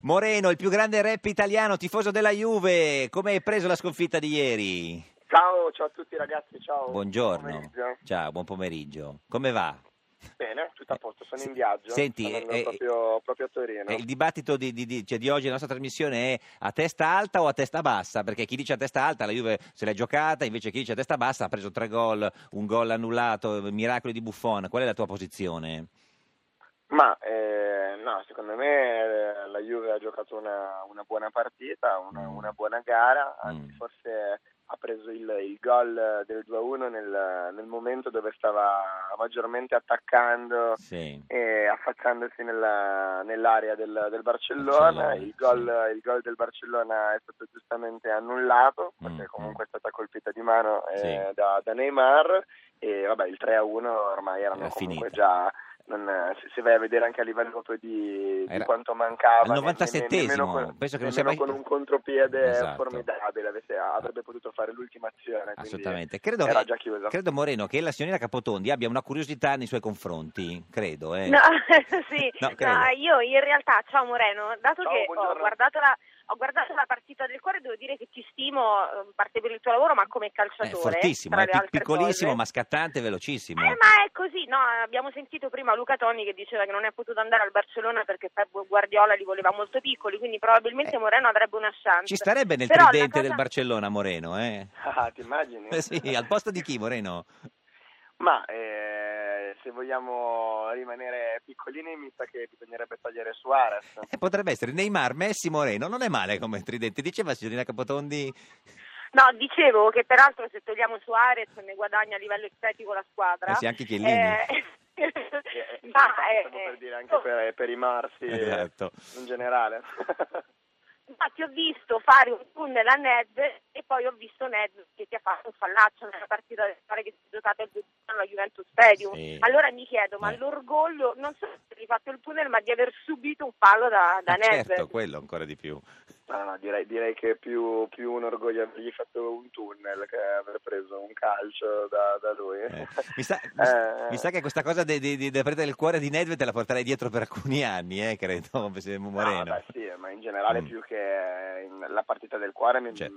Moreno, il più grande rap italiano, tifoso della Juve, come hai preso la sconfitta di ieri? Ciao a tutti ragazzi, ciao. Buongiorno. Ciao, buon pomeriggio. Come va? Bene, tutto a posto, sono in viaggio, Senti, sto andando proprio a Torino. il dibattito di oggi della nostra trasmissione è a testa alta o a testa bassa? Perché chi dice a testa alta la Juve se l'è giocata, invece chi dice a testa bassa ha preso 3 gol, un gol annullato, miracoli di Buffon. Qual è la tua posizione? Ma no, secondo me la Juve ha giocato una buona partita, una buona gara, anzi forse ha preso il gol del 2-1 nel momento dove stava maggiormente attaccando e affacciandosi nell'area del Barcellona. Il gol del Barcellona è stato giustamente annullato perché comunque è stata colpita di mano da Neymar e vabbè, il 3-1 ormai erano comunque già... si vai a vedere anche a livello proprio di quanto mancava al 97esimo, penso che non sia mai... con un contropiede formidabile avrebbe potuto fare l'ultima azione, assolutamente. Era già chiusa. Credo, Moreno, che la signorina Capotondi abbia una curiosità nei suoi confronti, credo. No, sì, no, io in realtà, ciao Moreno, dato che ho guardato la partita del cuore, devo dire che ti stimo, parte per il tuo lavoro, ma come calciatore. Fortissimo, è piccolissimo, ma scattante, velocissimo. Ma è così, no? Abbiamo sentito prima Luca Toni che diceva che non è potuto andare al Barcellona perché Pep Guardiola li voleva molto piccoli, quindi probabilmente Moreno avrebbe una chance. Ci starebbe nel tridente del Barcellona Moreno, eh? Ah, ti immagini? Sì, al posto di chi, Moreno? Ma se vogliamo rimanere piccolini mi sa che bisognerebbe togliere Suarez. Potrebbe essere Neymar, Messi, Moreno, non è male come tridente, diceva signorina Capotondi. No, dicevo che peraltro se togliamo Suarez ne guadagna a livello estetico la squadra. Sì, anche Chiellini. Per dire anche per i Marsi in generale. Infatti ho visto fare un tunnel a Ned e poi ho visto Ned che ti ha fatto un fallaccio nella partita del cuore che si è giocata il 2 alla Juventus Stadium. Sì. Allora mi chiedo, ma l'orgoglio non solo di fatto il tunnel, ma di aver subito un fallo da Ned. Certo, quello ancora di più. No, direi che più un orgoglio avergli fatto un tunnel che aver preso un calcio da lui. Mi sa che questa cosa della partita del cuore di Nedved te la porterai dietro per alcuni anni, credo, Moreno. No, sì, ma in generale più che la partita del cuore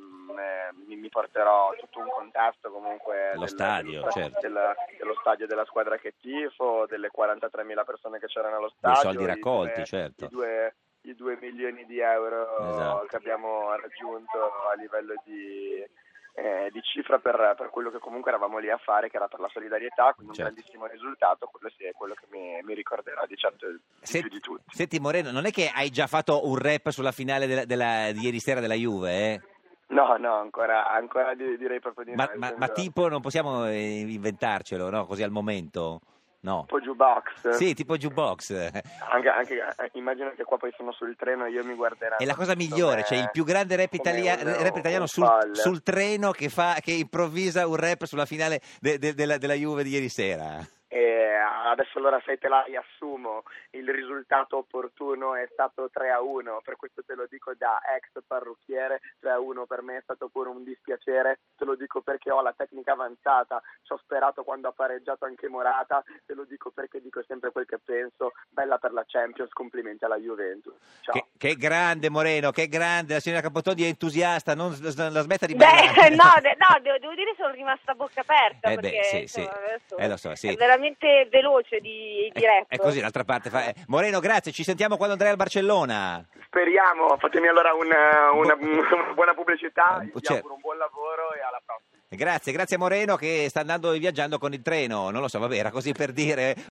mi porterò tutto un contesto comunque dello stadio della squadra che tifo, delle 43.000 persone che c'erano allo stadio, i soldi raccolti, certo. I 2 milioni di euro che abbiamo raggiunto a livello di cifra per quello che comunque eravamo lì a fare, che era per la solidarietà, quindi un grandissimo risultato, quello sì è quello che mi ricorderà di certo più di tutti. Senti Moreno, non è che hai già fatto un rap sulla finale di ieri sera della Juve, No, ancora direi proprio di no. Ma tipo non possiamo inventarcelo, no? Così al momento? No. Tipo jukebox. Sì, tipo jukebox. Anche immagino che qua poi sono sul treno e io mi guarderò. È la cosa migliore, cioè il più grande rap italiano sul treno che improvvisa un rap sulla finale della Juve di ieri sera. Adesso allora se te la riassumo, il risultato opportuno è stato 3-1, per questo te lo dico da ex parrucchiere, 3-1 per me è stato pure un dispiacere, te lo dico perché ho la tecnica avanzata, ci ho sperato quando ha pareggiato anche Morata, te lo dico perché dico sempre quel che penso, bella per la Champions, complimenti alla Juventus. Ciao. Che grande Moreno, che grande, la signora Capotondi è entusiasta, non la smetta di ballare. No, devo dire sono rimasta a bocca aperta, perché lo so, è veramente veloce di rap. È così, d'altra parte. Moreno, grazie, ci sentiamo quando andrai al Barcellona. Speriamo, fatemi allora una buona pubblicità, vi auguro un buon lavoro e alla prossima. Grazie Moreno che sta andando viaggiando con il treno, non lo so, vabbè, era così per dire.